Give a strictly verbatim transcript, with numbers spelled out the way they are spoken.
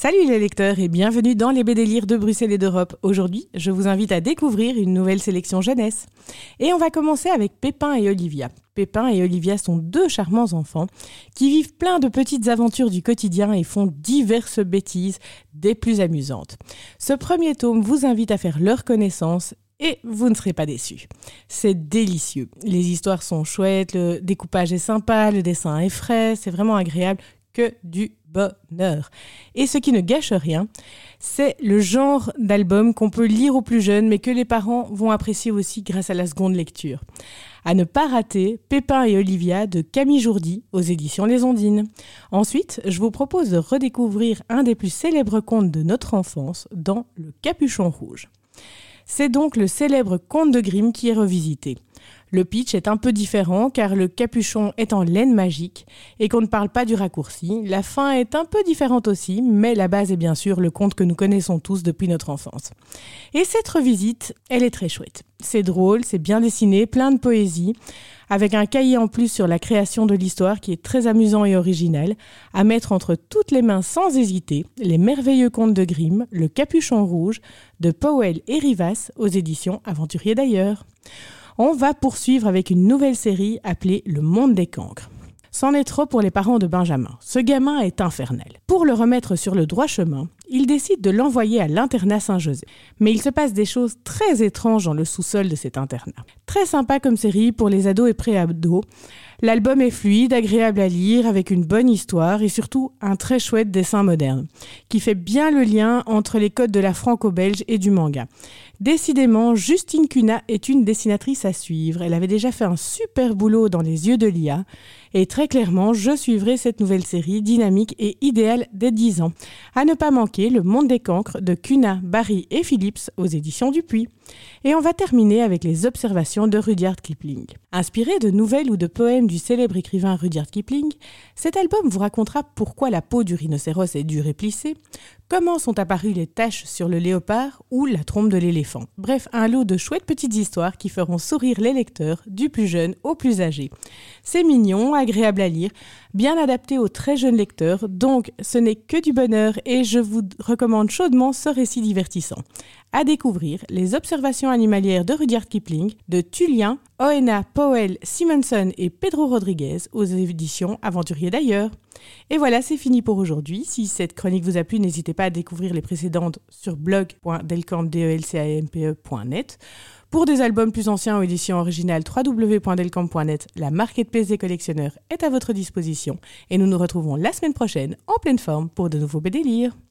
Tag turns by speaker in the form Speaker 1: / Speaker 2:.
Speaker 1: Salut les lecteurs et bienvenue dans les B D Lire de Bruxelles et d'Europe. Aujourd'hui, je vous invite à découvrir une nouvelle sélection jeunesse. Et on va commencer avec Pépin et Olivia. Pépin et Olivia sont deux charmants enfants qui vivent plein de petites aventures du quotidien et font diverses bêtises, des plus amusantes. Ce premier tome vous invite à faire leur connaissance et vous ne serez pas déçus. C'est délicieux. Les histoires sont chouettes, le découpage est sympa, le dessin est frais, c'est vraiment agréable, que du bonheur. Et ce qui ne gâche rien, c'est le genre d'album qu'on peut lire aux plus jeunes, mais que les parents vont apprécier aussi grâce à la seconde lecture. À ne pas rater, Pépin et Olivia de Camille Jourdi aux éditions Les Ondines. Ensuite, je vous propose de redécouvrir un des plus célèbres contes de notre enfance dans Le Capuchon Rouge. C'est donc le célèbre conte de Grimm qui est revisité. Le pitch est un peu différent car le capuchon est en laine magique et qu'on ne parle pas du raccourci. La fin est un peu différente aussi, mais la base est bien sûr le conte que nous connaissons tous depuis notre enfance. Et cette revisite, elle est très chouette. C'est drôle, c'est bien dessiné, plein de poésie, avec un cahier en plus sur la création de l'histoire qui est très amusant et original, à mettre entre toutes les mains sans hésiter, les merveilleux contes de Grimm, Le Capuchon Rouge, de Powell et Rivas aux éditions Aventuriers d'ailleurs. On va poursuivre avec une nouvelle série appelée Le Monde des Cancres. C'en est trop pour les parents de Benjamin. Ce gamin est infernal. Pour le remettre sur le droit chemin, il décide de l'envoyer à l'internat Saint-Joseph. Mais il se passe des choses très étranges dans le sous-sol de cet internat. Très sympa comme série pour les ados et pré-ados. L'album est fluide, agréable à lire, avec une bonne histoire et surtout un très chouette dessin moderne, qui fait bien le lien entre les codes de la franco-belge et du manga. Décidément, Justine Cunha est une dessinatrice à suivre. Elle avait déjà fait un super boulot dans Les Yeux de Lia. Et très clairement, je suivrai cette nouvelle série dynamique et idéale dès dix ans. À ne pas manquer, Le Monde des Cancres de Cunha, Barry et Phillips aux éditions Dupuis. Et on va terminer avec les observations de Rudyard Kipling. Inspiré de nouvelles ou de poèmes du célèbre écrivain Rudyard Kipling, cet album vous racontera pourquoi la peau du rhinocéros est dure et plissée, comment sont apparues les taches sur le léopard ou la trompe de l'éléphant. Bref, un lot de chouettes petites histoires qui feront sourire les lecteurs, du plus jeune au plus âgé. C'est mignon, agréable à lire, bien adapté aux très jeunes lecteurs, donc ce n'est que du bonheur et je vous recommande chaudement ce récit divertissant. À découvrir les observations animalières de Rudyard Kipling, de Tullien, Oena, Powell, Simonson et Pedro Rodriguez aux éditions Aventuriers d'ailleurs. Et voilà, c'est fini pour aujourd'hui. Si cette chronique vous a plu, n'hésitez pas à découvrir les précédentes sur blog point delcamp point net. Pour des albums plus anciens ou éditions originales, w w w point delcamp point net, la marquette P S D collectionneur est à votre disposition. Et nous nous retrouvons la semaine prochaine en pleine forme pour de nouveaux B D Lire.